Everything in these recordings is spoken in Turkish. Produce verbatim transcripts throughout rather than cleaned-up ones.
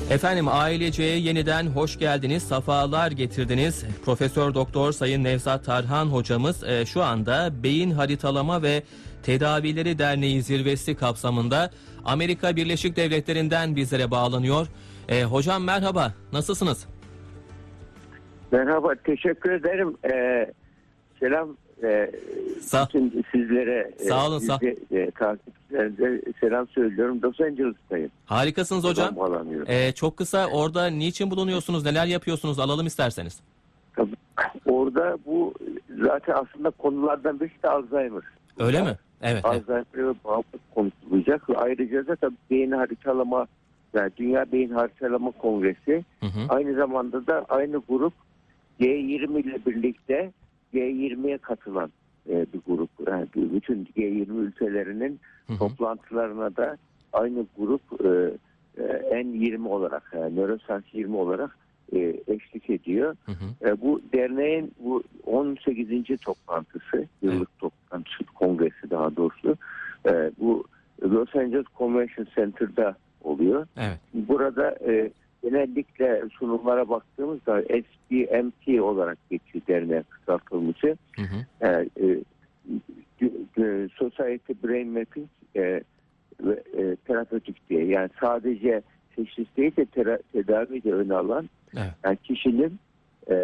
Efendim Aileceye yeniden hoş geldiniz, safalar getirdiniz. Profesör Doktor Sayın Nevzat Tarhan hocamız e, şu anda Beyin Haritalama ve Tedavileri Derneği zirvesi kapsamında Amerika Birleşik Devletleri'nden bizlere bağlanıyor. E, hocam merhaba, nasılsınız? Merhaba, teşekkür ederim. Ee, selam e, Sa bütün sizlere, sağ olun, e, sağ e, takipçilerinize selam söylüyorum. Los Angeles'tayım. Harikasınız hocam. E, çok kısa orada niçin bulunuyorsunuz, neler yapıyorsunuz, alalım isterseniz. Tabii, orada bu zaten aslında konulardan birisi de Alzheimer. Öyle mi? Evet. Alzheimer evet. ve bağımlılık konuşulacak. Ayrıca da tabii beyin haritalama, yani Dünya Beyin Haritalama Kongresi. Hı hı. Aynı zamanda da aynı grup G yirmi ile birlikte G yirmiye katılan e, bir grup. Yani bütün G yirmi ülkelerinin hı hı. toplantılarına da aynı grup e, e, N yirmi olarak, yani Neuroscience yirmi olarak e, eşlik ediyor. Hı hı. E, bu derneğin bu on sekizinci toplantısı, yıllık evet. toplantısı, kongresi daha doğrusu. E, bu Los Angeles Convention Center'da oluyor. Evet. Burada e, genellikle sunumlara baktığımızda S B M T olarak geçiyor derneğe kısaltılmışı. Hı hı. E, e, Society Brain Mapping e, ve e, terapötik diye. Yani sadece teşhis değil de tera, tedavi de öne alan, evet. yani kişinin e,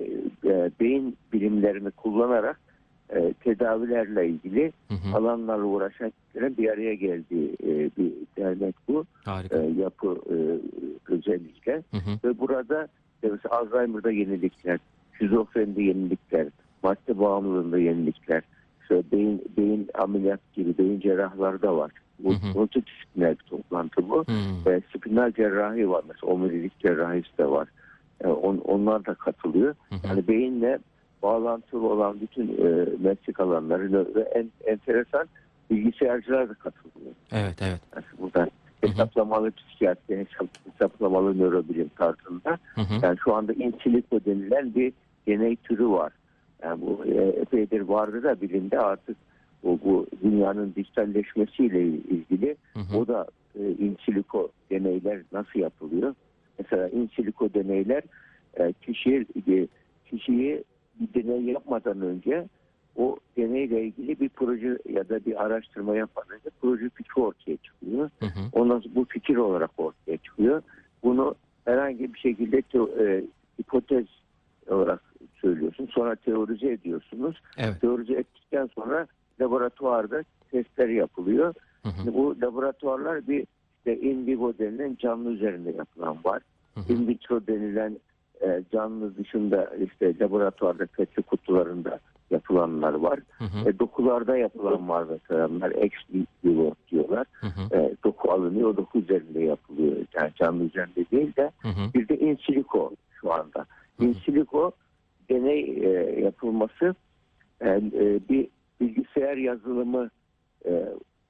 e, beyin bilimlerini kullanarak e, tedavilerle ilgili hı hı. alanlarla uğraşan kişilerin bir araya geldiği e, bir dernek bu. E, yapı e, özellikle. Hı hı. Ve burada e, mesela Alzheimer'da yenilikler, şizofrenide yenilikler, madde bağımlılığında yenilikler, işte beyin, beyin ameliyat gibi beyin cerrahları da var. Bu multidisipliner bir toplantı bu. Hı. E, spinal cerrahi var mesela, omurilik cerrahisi de var. E, on, onlar da katılıyor. Hı hı. Yani beyinle bağlantılı olan bütün e, meslek alanları ve en enteresan bilgisayarcılar da katılıyor. Evet, evet. Yani buradan hesaplamalı psikiyatri, hesap, hesaplamalı nörobilim tarzında. Hı hı. Yani şu anda in silico denilen bir deney türü var. Yani bu e, epeydir vardı da bilimde, artık bu, bu dünyanın dijitalleşmesiyle ilgili hı hı. o da e, in silico deneyler nasıl yapılıyor? Mesela in silico deneyler e, kişi, e, kişiyi bir deney yapmadan önce o deneyle ilgili bir proje ya da bir araştırma yapan önce proje fikri ortaya çıkıyor. Hı hı. Ondan sonra bu fikir olarak ortaya çıkıyor. Bunu herhangi bir şekilde te, e, hipotez olarak söylüyorsun. Sonra teorize ediyorsunuz. Evet. Teorize ettikten sonra laboratuvarda testler yapılıyor. Hı hı. Bu laboratuvarlar bir işte in vivo denilen canlı üzerinde yapılan var. Hı hı. In vitro denilen e, canlı dışında işte laboratuvarda petri kutularında yapılanlar var. Hı hı. E, dokularda yapılan var mesela. Bunlar ex vivo diyorlar. Hı hı. E, doku alınıyor, o doku üzerinde yapılıyor. Yani canlı üzerinde değil de. Hı hı. Bir de in silico şu anda. Hı hı. In silico deney e, yapılması e, e, bir bilgisayar yazılımı e,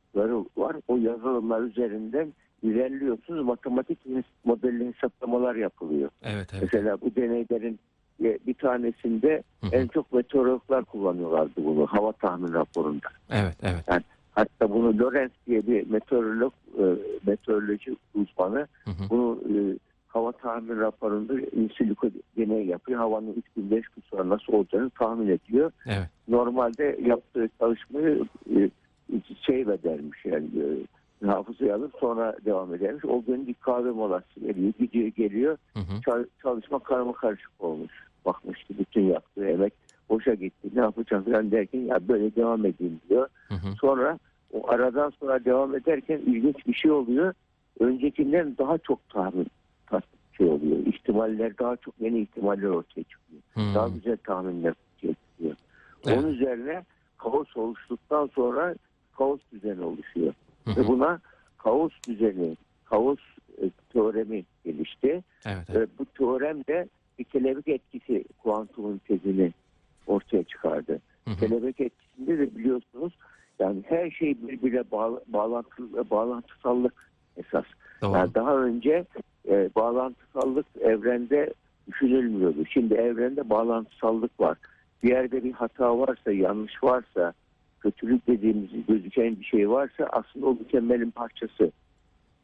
var. O yazılımlar üzerinden ilerliyorsunuz. Matematik modelli hesaplamalar yapılıyor. Evet, evet. Mesela bu deneylerin bir tanesinde hı hı. en çok meteorologlar kullanıyorlardı bunu hava tahmin raporunda. Evet, evet. Yani hatta bunu Lorenz diye bir meteorolog, e, meteoroloji uzmanı hı hı. bunu e, hava tahmin raporunda in silico deney yapıyor. Havanın üç gün beş gün sonra nasıl olacağını tahmin ediyor. Evet. Normalde yaptığı çalışmayı e, şey edermiş yani e, hafızaya alıp sonra devam edermiş. O gün bir kahve molası geliyor, gidiyor geliyor. Hı hı. Çalışma karma karışık olmuş. Bakmış ki bütün yaptığı emek boşa gitti. Ne yapacağım falan derken ya böyle devam edeyim diyor. Hı hı. Sonra o aradan sonra devam ederken ilginç bir şey oluyor. Öncekinden daha çok tahmin şey oluyor. İhtimaller, daha çok yeni ihtimaller ortaya çıkıyor. Hı. Daha güzel tahminler ortaya çıkıyor. Evet. Onun üzerine kaos oluştuktan sonra kaos düzeni oluşuyor. Hı hı. Ve buna kaos düzeni, kaos e, teoremi gelişti. Evet, evet. E, bu teorem de bir kelebek etkisi kuantumun tezini ortaya çıkardı. Hı hı. Kelebek etkisinde de biliyorsunuz yani her şey birbirine bağlı, bağlantılı, bağlantısallık esas. Doğru. Yani daha önce e, bağlantısallık evrende düşünülmüyordu. Şimdi evrende bağlantısallık var. Bir yerde bir hata varsa, yanlış varsa, kötülük dediğimiz gözüken bir şey varsa aslında o mükemmelin parçası.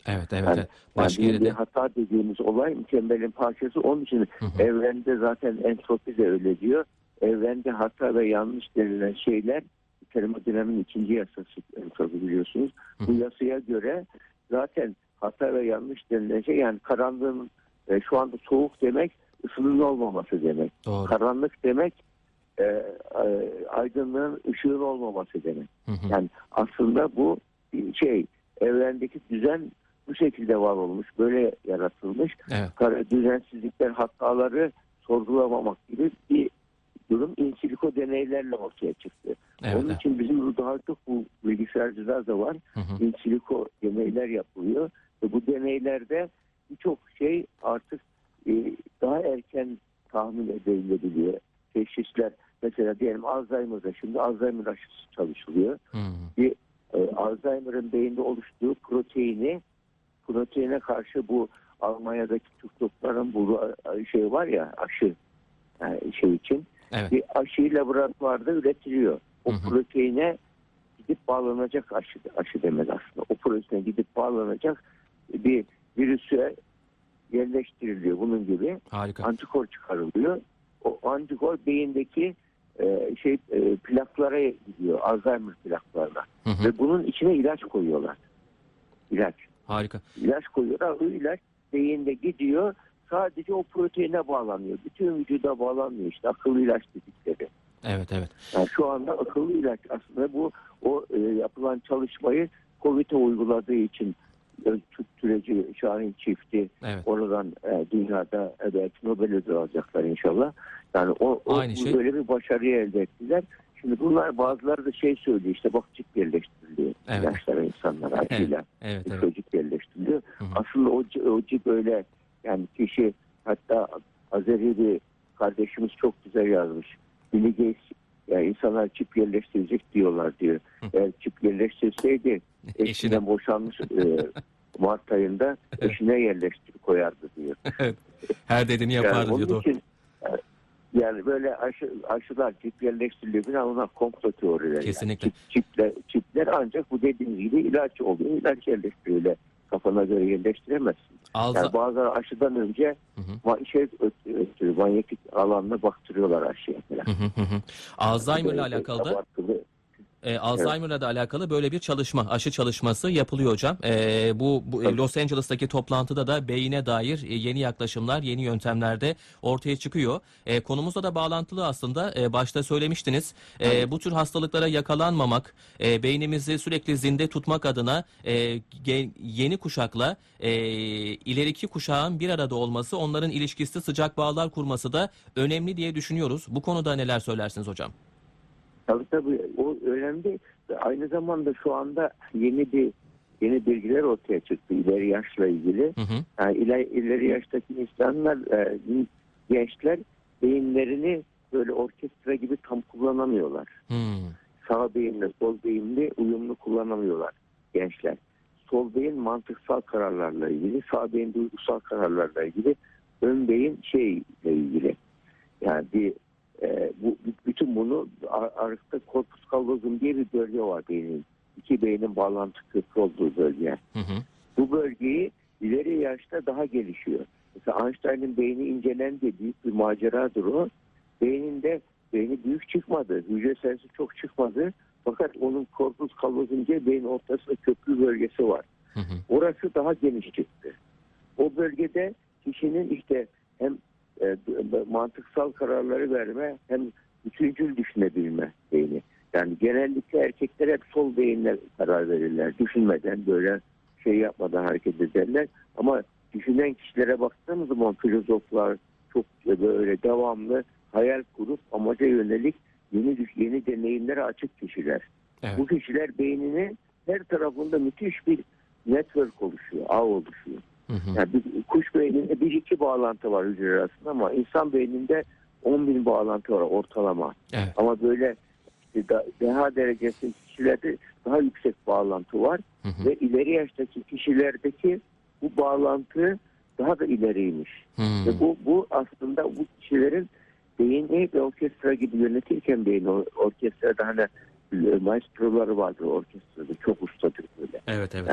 Evet, evet. Yani, evet. Başka yani yere bir de... hata dediğimiz olay mükemmelin parçası. Onun için Hı hı. evrende zaten entropi de öyle diyor. Evrende hata ve yanlış denilen şeyler termodinamiğin ikinci yasası entropi biliyorsunuz. Hı hı. Bu yasaya göre zaten hata ve yanlış denilen şey yani karanlığın e, şu anda soğuk demek ısının olmaması demek. Doğru. Karanlık demek e, e, aydınlığın ışığın olmaması demek. Hı hı. Yani aslında bu şey evrendeki düzen bu şekilde var olmuş, böyle yaratılmış. Evet. Düzensizlikler, hataları sorgulamamak gibi bir durum in silico deneylerle ortaya çıktı. Evet, Onun evet. için bizim daha çok bu bilgisayarcılar da var. Hı hı. In silico deneyler yapılıyor. Ve bu deneylerde birçok şey artık e, daha erken tahmin edilebiliyor. Teşhisler mesela diyelim Alzheimer'da şimdi Alzheimer aşısı çalışılıyor. Hı hı. Bir e, Alzheimer'ın beyinde oluştuğu proteini proteine karşı bu Almanya'daki Türk doktorların bu şey var ya aşı yani şey için Evet. bir aşıyı laboratuvarda üretiliyor. O Hı hı. proteine gidip bağlanacak aşı, aşı demek aslında. O proteine gidip bağlanacak bir virüse yerleştiriliyor bunun gibi. Harika. Antikor çıkarılıyor. O antikor beyindeki e, şey e, plaklara gidiyor. Alzheimer plaklarına. Hı hı. Ve bunun içine ilaç koyuyorlar. İlaç. Harika. İlaç koyuyorlar. O ilaç beyinde gidiyor. Sadece o proteine bağlanıyor. Bütün vücuda bağlanmıyor. İşte akıllı ilaç dedikleri. Evet, evet. Yani şu anda akıllı ilaç aslında bu o e, yapılan çalışmayı Covid'e uyguladığı için e, Türeci Şahin çifti Evet. oradan e, dünyada e, belki Nobel ödülü alacaklar inşallah. Yani o, o Aynı şey. böyle bir başarıyı elde ettiler. Şimdi bunlar bazıları da şey söylüyor işte bak çip yerleştiriliyor. Evet. İlaçlara insanlara Evet, aşıyla evet, evet. çocuk yerleştiriliyor. Hı hı. Aslında o, o çip öyle yani kişi hatta Azeri bir kardeşimiz çok güzel yazmış. Bill Gates yani insanlar çip yerleştirecek diyorlar diyor. Hı. Eğer çip yerleştirseydi Eşine. eşinden boşanmış e, Mart ayında eşine yerleştirip koyardı diyor. Evet. Her dediğini Yani yapardı diyor. onun Doğru. için e, yani böyle aşı, aşılar çip yerleştiriliyor falan onlar komplo teorileri. Kesinlikle. Yani. Çip, çipler, çipler ancak bu dediğiniz gibi ilaç oluyor. İlaç yerleştiriyor. Öyle kafana göre yerleştiremezsin. Alza... Yani bazıları aşıdan önce Hı hı. ma- şey ötürü, manyetik alanına baktırıyorlar aşıya falan. Hı hı hı. Alzheimer'la alakalı da Abartılı. E, Alzheimer'la da alakalı böyle bir çalışma, aşı çalışması yapılıyor hocam. E, bu, bu e, Los Angeles'taki toplantıda da beyine dair e, yeni yaklaşımlar, yeni yöntemler de ortaya çıkıyor. E, konumuzla da bağlantılı aslında. E, başta söylemiştiniz. E, bu tür hastalıklara yakalanmamak, e, beynimizi sürekli zinde tutmak adına e, ge, yeni kuşakla e, ileriki kuşağın bir arada olması, onların ilişkisi, sıcak bağlar kurması da önemli diye düşünüyoruz. Bu konuda neler söylersiniz hocam? Tabii tabii o önemli. Aynı zamanda şu anda yeni bir yeni bilgiler ortaya çıktı ileri yaşla ilgili. Hı hı. Yani ileri, ileri yaştaki insanlar, e, gençler beyinlerini böyle orkestra gibi tam kullanamıyorlar. Hı. Sağ beyinle sol beyinle uyumlu kullanamıyorlar gençler. Sol beyin mantıksal kararlarla ilgili, sağ beyin duygusal kararlarla ilgili, ön beyin şeyle ilgili. Yani bir e, bu bütün bunu arıkta korpus callosum diye bir bölge var beynin. İki beynin bağlantı köprü olduğu bölge. Hı hı. Bu bölgeyi ileri yaşta daha gelişiyor. Mesela Einstein'ın beyni incelendi, büyük bir maceradır o. Beyninde beyni büyük çıkmadı, hücre sayısı çok çıkmadı. Fakat onun korpus callosum diye beyin ortasında köprü bölgesi var. Hı hı. Orası daha geniş çıktı. O bölgede kişinin işte hem e, mantıksal kararları verme hem bütüncül düşünebilme beyni. Yani genellikle erkekler hep sol beyinle karar verirler. Düşünmeden böyle şey yapmadan hareket ederler. Ama düşünen kişilere baktığımız zaman filozoflar çok böyle devamlı hayal kurup amaca yönelik yeni yeni deneyimlere açık kişiler. Evet. Bu kişiler beyninin her tarafında müthiş bir network oluşuyor, ağ oluşuyor. Hı hı. Yani bir, kuş beyninde bir iki bağlantı var hücre arasında ama insan beyninde on bin bağlantı var ortalama. Evet. Ama böyle işte da, deha derecesi kişilerde daha yüksek bağlantı var. Hı hı. Ve ileri yaştaki kişilerdeki bu bağlantı daha da ileriymiş. Hı. Ve bu, bu aslında bu kişilerin beyni bir orkestra gibi yönetirken beyni orkestrada hani maestroları vardır orkestrada çok ustadır böyle. Evet, evet. Yani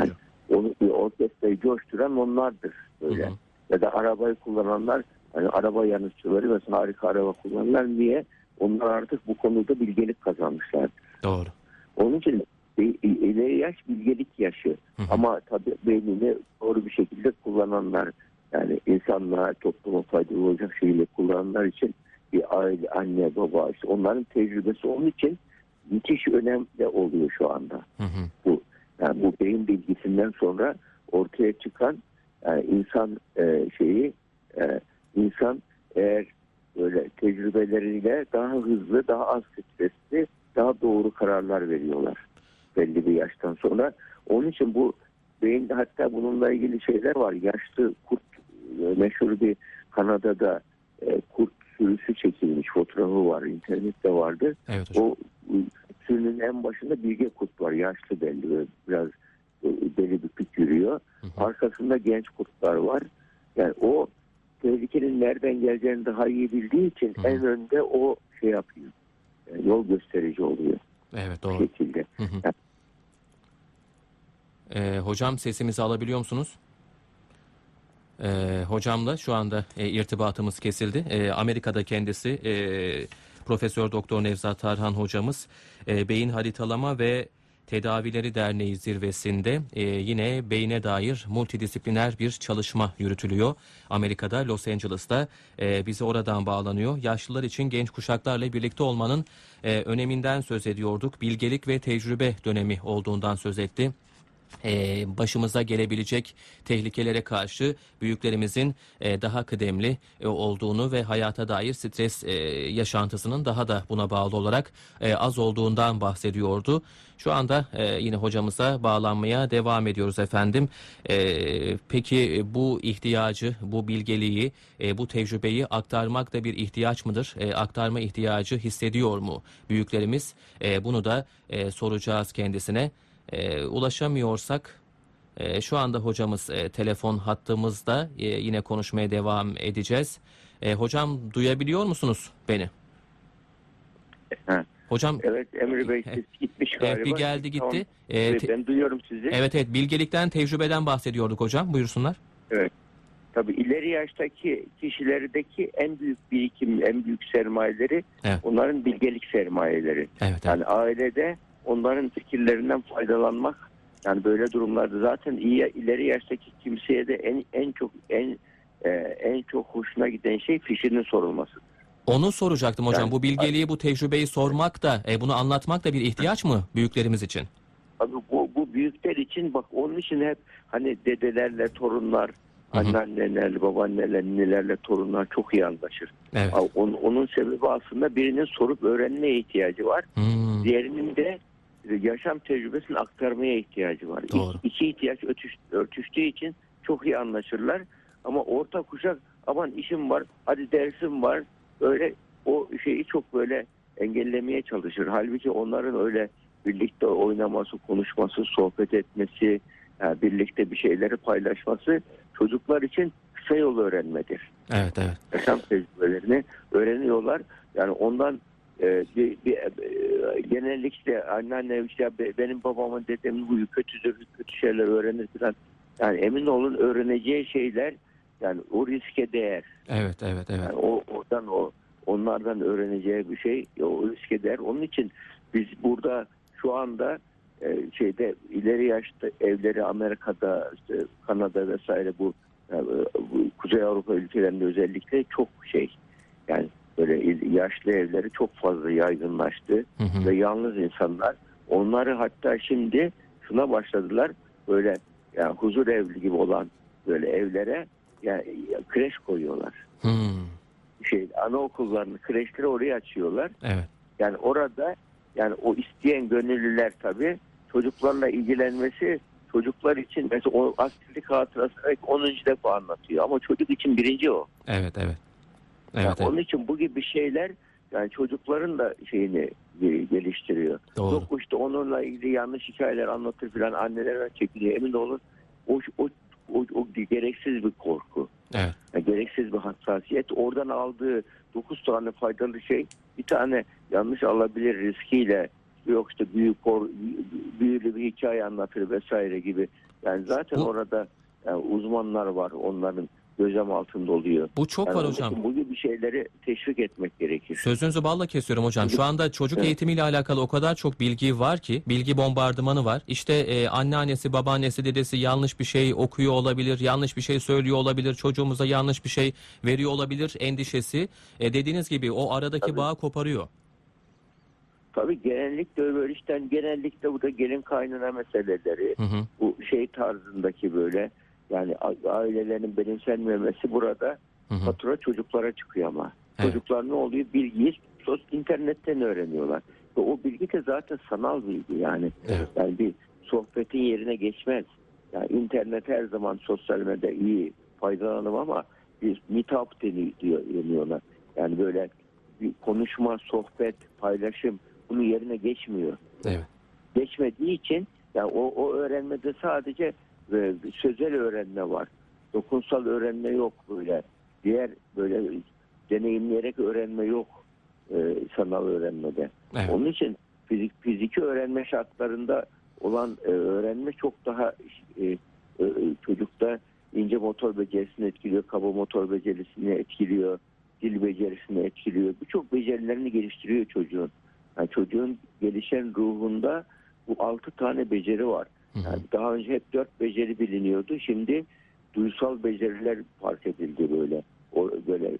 onu bir orkestrayı coşturan onlardır böyle. Hı hı. Ya da arabayı kullananlar, hani araba yanıtçıları mesela harika araba kullananlar, niye? Onlar artık bu konuda bilgelik kazanmışlar. Doğru. Onun için ileri yaş bilgelik yaşı. Hı hı. Ama tabii beynini doğru bir şekilde kullananlar, yani insanlığa, topluma faydalı olacak şekilde kullananlar için bir aile, anne, baba, işte onların tecrübesi onun için müthiş önemli oluyor şu anda. Hı hı. Bu yani bu beyin bilgisinden sonra ortaya çıkan yani insan e, şeyi e, insan eğer böyle tecrübeleriyle daha hızlı, daha az stresli, daha doğru kararlar veriyorlar belli bir yaştan sonra. Onun için bu beyin, hatta bununla ilgili şeyler var. Yaşlı kurt, meşhur bir Kanada'da e, kurt sürüsü çekilmiş fotoğrafı var. İnternette vardı. Evet o sürünün en başında bilge kurt var. Yaşlı belli. Böyle biraz deli bükük yürüyor. Hı hı. Arkasında genç kurtlar var. Yani o tehlikenin nereden geleceğini daha iyi bildiği için hı hı. en önde o şey yapıyor. Yani yol gösterici oluyor. Evet, doğru. Bu şekilde. Hı hı. Yani, Ee, hocam sesimizi alabiliyor musunuz? Ee, hocamla şu anda e, irtibatımız kesildi. E, Amerika'da kendisi e, Profesör Doktor Nevzat Tarhan hocamız e, Beyin Haritalama ve Tedavileri Derneği zirvesinde e, yine beyne dair multidisipliner bir çalışma yürütülüyor. Amerika'da, Los Angeles'ta e, bizi oradan bağlanıyor. Yaşlılar için genç kuşaklarla birlikte olmanın e, öneminden söz ediyorduk. Bilgelik ve tecrübe dönemi olduğundan söz etti. Ee, başımıza gelebilecek tehlikelere karşı büyüklerimizin e, daha kıdemli e, olduğunu ve hayata dair stres e, yaşantısının daha da buna bağlı olarak e, az olduğundan bahsediyordu. Şu anda e, yine hocamıza bağlanmaya devam ediyoruz efendim. E, peki bu ihtiyacı, bu bilgeliği, e, bu tecrübeyi aktarmak da bir ihtiyaç mıdır? E, aktarma ihtiyacı hissediyor mu büyüklerimiz? E, bunu da e, soracağız kendisine. E, ulaşamıyorsak e, şu anda hocamız e, telefon hattımızda, e, yine konuşmaya devam edeceğiz. E, hocam duyabiliyor musunuz beni? Ha. Hocam evet Emre Bey ses gitmiş galiba. E, bir geldi gitti. Tamam. E, te- ben duyuyorum sizi. evet evet bilgelikten, tecrübeden bahsediyorduk hocam. Buyursunlar. Evet. Tabii ileri yaştaki kişilerdeki en büyük birikim, en büyük sermayeleri evet. onların bilgelik sermayeleri. Evet, evet. Yani ailede onların fikirlerinden faydalanmak, yani böyle durumlarda zaten iyi ileri yaştaki kimseye de en en çok en e, en çok hoşuna giden şey fikirinin sorulması. Onu soracaktım hocam. Yani, bu bilgeliği, bu tecrübeyi sormak da, e, bunu anlatmak da bir ihtiyaç mı büyüklerimiz için? Abi bu, bu büyükler için, bak onun için hep hani dedelerle torunlar, anneannelerle, babaannelerle, ninelerle torunlar çok iyi anlaşır. Evet. Onun, onun sebebi aslında birinin sorup öğrenmeye ihtiyacı var. Hmm. Diğerinin de yaşam tecrübesini aktarmaya ihtiyacı var. Doğru. İki, iki ihtiyaç örtüş, örtüştüğü için çok iyi anlaşırlar. Ama orta kuşak aman işim var, hadi dersim var, öyle o şeyi çok böyle engellemeye çalışır. Halbuki onların öyle birlikte oynaması, konuşması, sohbet etmesi, yani birlikte bir şeyleri paylaşması çocuklar için kısa yol öğrenmedir. Evet, evet. Yaşam tecrübelerini öğreniyorlar. Yani ondan e, bir, bir e, genellikle anneanne işte benim babamın dedemin huyu kötüdür, kötü şeyler öğrenir falan. Yani emin olun öğreneceği şeyler yani o riske değer. Evet, evet, evet. Yani o oradan o onlardan öğreneceği bir şey o riske değer. Onun için biz burada şu anda e, şeyde ileri yaşta evleri Amerika'da, işte Kanada vesaire bu, yani, bu Kuzey Avrupa ülkelerinde özellikle çok şey, yani böyle yaşlı evleri çok fazla yaygınlaştı. Hı hı. Ve yalnız insanlar, onları hatta şimdi şuna başladılar, böyle yani huzur evli gibi olan böyle evlere yani kreş koyuyorlar. Hmm. Şey, anaokullarını, kreşleri oraya açıyorlar. Evet. Yani orada yani o isteyen gönüllüler tabii çocuklarla ilgilenmesi, çocuklar için mesela o aktivite hatırası onuncu defa anlatıyor ama çocuk için birinci o. Evet, evet. Evet, yani evet. Onun için bu gibi şeyler yani çocukların da şeyini geliştiriyor. Doğru. Yok işte onunla ilgili yanlış hikayeler anlatır falan, anneler çekiliyor. Emin olun o, o, o, o gereksiz bir korku. Evet. Yani gereksiz bir hassasiyet. Oradan aldığı dokuz tane faydalı şey, bir tane yanlış alabilir riskiyle, yok işte büyük kor, büyülü bir hikaye anlatır vesaire gibi Yani zaten Bu, orada yani uzmanlar var, onların gözlem altında oluyor. bu çok Yani var hocam. bu gibi şeyleri teşvik etmek gerekir. Sözünüzü balla kesiyorum hocam. Şu anda çocuk Evet. eğitimiyle alakalı o kadar çok bilgi var ki, bilgi bombardımanı var. İşte e, anneannesi, babaannesi, dedesi yanlış bir şey okuyor olabilir, yanlış bir şey söylüyor olabilir, çocuğumuza yanlış bir şey veriyor olabilir endişesi. E, dediğiniz gibi o aradaki Tabii. bağı koparıyor. Tabii genellikle öyle işten genellikle bu da gelin kaynana meseleleri, Hı hı. bu şey tarzındaki böyle yani a- ailelerin benimsenmemesi burada Hı hı. fatura çocuklara çıkıyor ama. Evet. Çocuklar ne oluyor? Bilgiyi sos internetten öğreniyorlar. Ve o bilgi de zaten sanal bilgi yani. Evet. Yani bir sohbetin yerine geçmez. Yani internet her zaman sosyal medya iyi faydalanım ama bir meetup deniyor, deniyorlar. Yani böyle bir konuşma, sohbet, paylaşım bunun yerine geçmiyor. Evet. Geçmediği için yani o, o öğrenmede sadece e, sözel öğrenme var. Dokunsal öğrenme yok böyle. Diğer böyle deneyimleyerek öğrenme yok e, sanal öğrenmede. Evet. Onun için fizik, fiziki öğrenme şartlarında olan e, öğrenme çok daha e, e, çocukta ince motor becerisini etkiliyor, kaba motor becerisini etkiliyor, dil becerisini etkiliyor. Birçok becerilerini geliştiriyor çocuğun. Yani çocuğun gelişen ruhunda bu altı tane beceri var. Yani daha önce hep dört beceri biliniyordu. Şimdi duysal beceriler fark edildi böyle. O böyle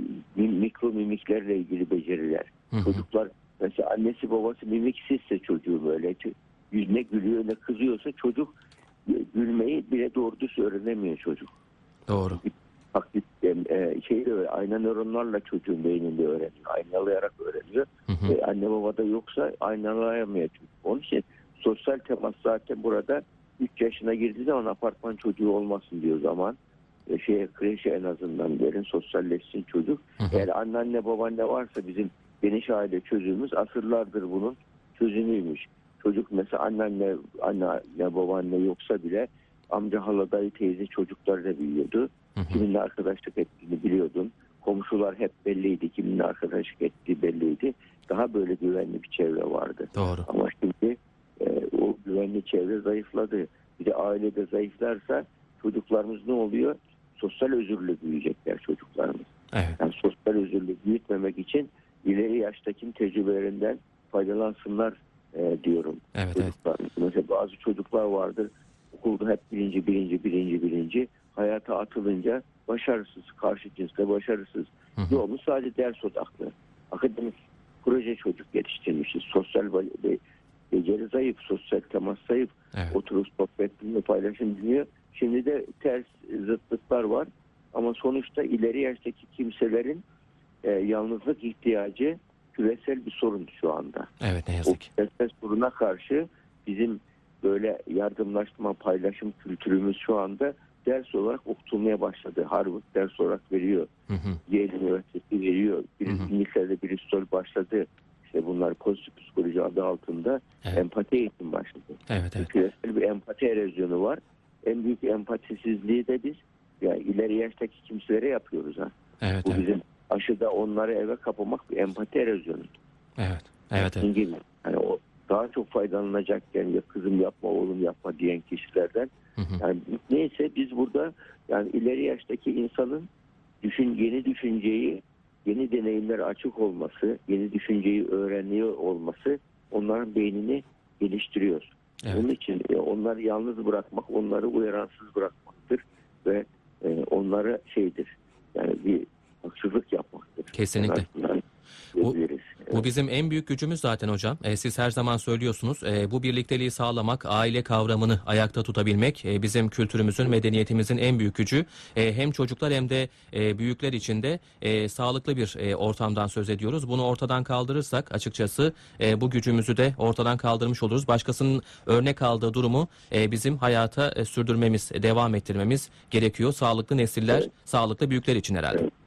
mikro mimiklerle ilgili beceriler. Hı hı. Çocuklar mesela annesi babası mimiksizse çocuğu böyle yüzüne gülüyor ne kızıyorsa çocuk gülmeyi bile doğru düz öğrenemiyor çocuk. Doğru. Taklit e, şeyle öyle, ayna nöronlarla çocuğun beyninde öğreniyor. Aynalayarak öğreniyor. Hı hı. E, anne babada yoksa aynalayamıyor çocuk. Onun için sosyal temas zaten burada üç yaşına girdiği zaman apartman çocuğu olmasın diyor zaman. E, şeye, kreşe en azından verin sosyalleşsin çocuk. Hı hı. Eğer anneanne babaanne varsa bizim geniş aile çözümümüz asırlardır bunun çözümüymüş. Çocuk mesela anneanne, anneanne babaanne yoksa bile amca, hala, dayı, teyze çocuklarla biliyordu. Hı hı. Kiminle arkadaşlık ettiğini biliyordun. Komşular hep belliydi. Kiminle arkadaşlık ettiği belliydi. Daha böyle güvenli bir çevre vardı. Doğru. Ama şimdi e, o güvenli çevre zayıfladı. Bir de ailede zayıflarsa çocuklarımız ne oluyor? Sosyal özürlü büyüyecekler çocuklarımız. Evet. Yani sosyal özürlü büyütmemek için ileri yaştaki tecrübelerinden faydalansınlar e, diyorum. Evet, Çocuklar. Mesela bazı çocuklar vardır. Okulda hep birinci, birinci, birinci, birinci. Hayata atılınca başarısız, karşı cinsle başarısız. Hı hı. Yolumuz sadece ders odaklı. Akademik proje çocuk yetiştirmişiz. Sosyal be- beceri zayıf, sosyal temas zayıf. Evet. Oturup sohbet dinliyor, paylaşım dinliyor. Şimdi de ters zıtlıklar var. Ama sonuçta ileri yaştaki kimselerin e, yalnızlık ihtiyacı küresel bir sorun şu anda. Evet, ne O yazık ki. küresel soruna karşı bizim böyle yardımlaşma, paylaşım kültürümüz şu anda ders olarak okutulmaya başladı. Harvard ders olarak veriyor. Hı hı. Yale Üniversitesi veriyor. Bir, Hı hı. İngiltere'de Bristol başladı. İşte bunlar pozitif psikoloji adı altında Evet. empati eğitim başladı. Evet, evet. Küresel bir empati erozyonu var. En büyük empatisizliği de biz yani ileri yaştaki kimselere yapıyoruz ha. Evet, Bu evet. bizim aşıda onları eve kapamak bir empati erozyonu. Evet. Evet, evet. Gibi. Yani o daha çok faydalanacakken ya kızım yapma oğlum yapma diyen kişilerden Hı hı. yani neyse biz burada yani ileri yaştaki insanın düşün yeni düşünceyi, yeni deneyimlere açık olması, yeni düşünceyi öğreniyor olması onların beynini geliştiriyor. Evet. Onun için onları yalnız bırakmak, onları uyaransız bırakmaktır ve e, onlara şeydir. Yani bir haksızlık yapmaktır. Kesinlikle. Yani Bu, diyebiliriz. bu bizim en büyük gücümüz zaten hocam. E, siz her zaman söylüyorsunuz. E, bu birlikteliği sağlamak, aile kavramını ayakta tutabilmek e, bizim kültürümüzün, medeniyetimizin en büyük gücü. E, hem çocuklar hem de e, büyükler için de e, sağlıklı bir e, ortamdan söz ediyoruz. Bunu ortadan kaldırırsak açıkçası e, bu gücümüzü de ortadan kaldırmış oluruz. Başkasının örnek aldığı durumu e, bizim hayata e, sürdürmemiz, e, devam ettirmemiz gerekiyor. Sağlıklı nesiller, Evet. sağlıklı büyükler için herhalde. Evet.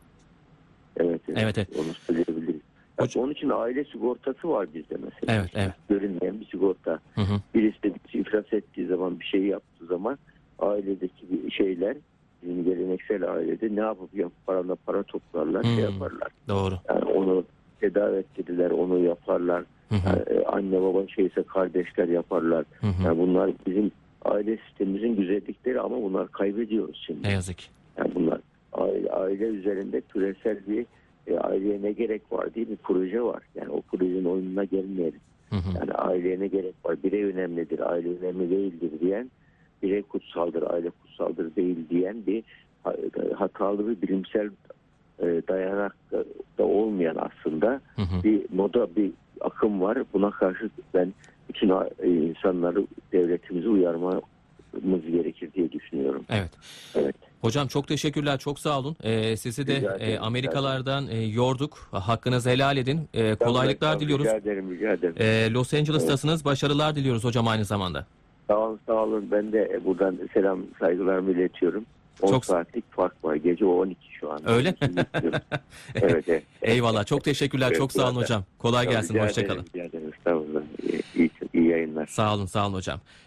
Evet, evet. Evet, evet. Onu söyleyebiliriz. Yani Hocam- onun için aile sigortası var bizde mesela. Evet, evet. Görünmeyen bir sigorta. Hı hı. Birisi de iflas ettiği zaman, bir şey yaptığı zaman ailedeki bir şeyler, bizim geleneksel ailede ne yapıp yap, parayla para toplarlar, Hmm. şey yaparlar. Doğru. Yani onu tedavi ettirirler, onu yaparlar. Hı hı. Yani anne baba şeyse kardeşler yaparlar. Hı hı. Yani bunlar bizim aile sistemimizin güzellikleri ama bunlar kaybediyoruz şimdi. Ne yazık ki. Yani bunlar aile, aile üzerinde küresel bir e, aileye ne gerek var diye bir proje var. Yani o projenin oyununa gelmeyelim. Hı hı. Yani aileye ne gerek var? Birey önemlidir, aile önemli değildir diyen, birey kutsaldır, aile kutsaldır değil diyen bir hatalı bir bilimsel e, dayanak da olmayan aslında Hı hı. bir moda, bir akım var. Buna karşı ben bütün e, insanları, devletimizi uyarmamız gerekir diye düşünüyorum. Evet. Evet. Hocam çok teşekkürler, çok sağ olun. Ee, sizi de Rica ederim, e, Amerikalardan e, yorduk. Hakkınızı helal edin. E, kolaylıklar Tamam, diliyoruz. Rica ederim, rica ederim. E, Los Angeles'tasınız. Başarılar diliyoruz hocam aynı zamanda. Sağ olun, sağ olun. Ben de buradan selam, saygılarımı iletiyorum. on Çok- saatlik fark var. Gece on iki şu an. Öyle. Evet, evet. Eyvallah. Çok teşekkürler. Evet, Çok sağ olun zaten. hocam. Kolay gelsin. Rica Hoşçakalın. ederim, rica ederim. Sağ olun. İyi, iyi, iyi yayınlar. Sağ olun, sağ olun hocam.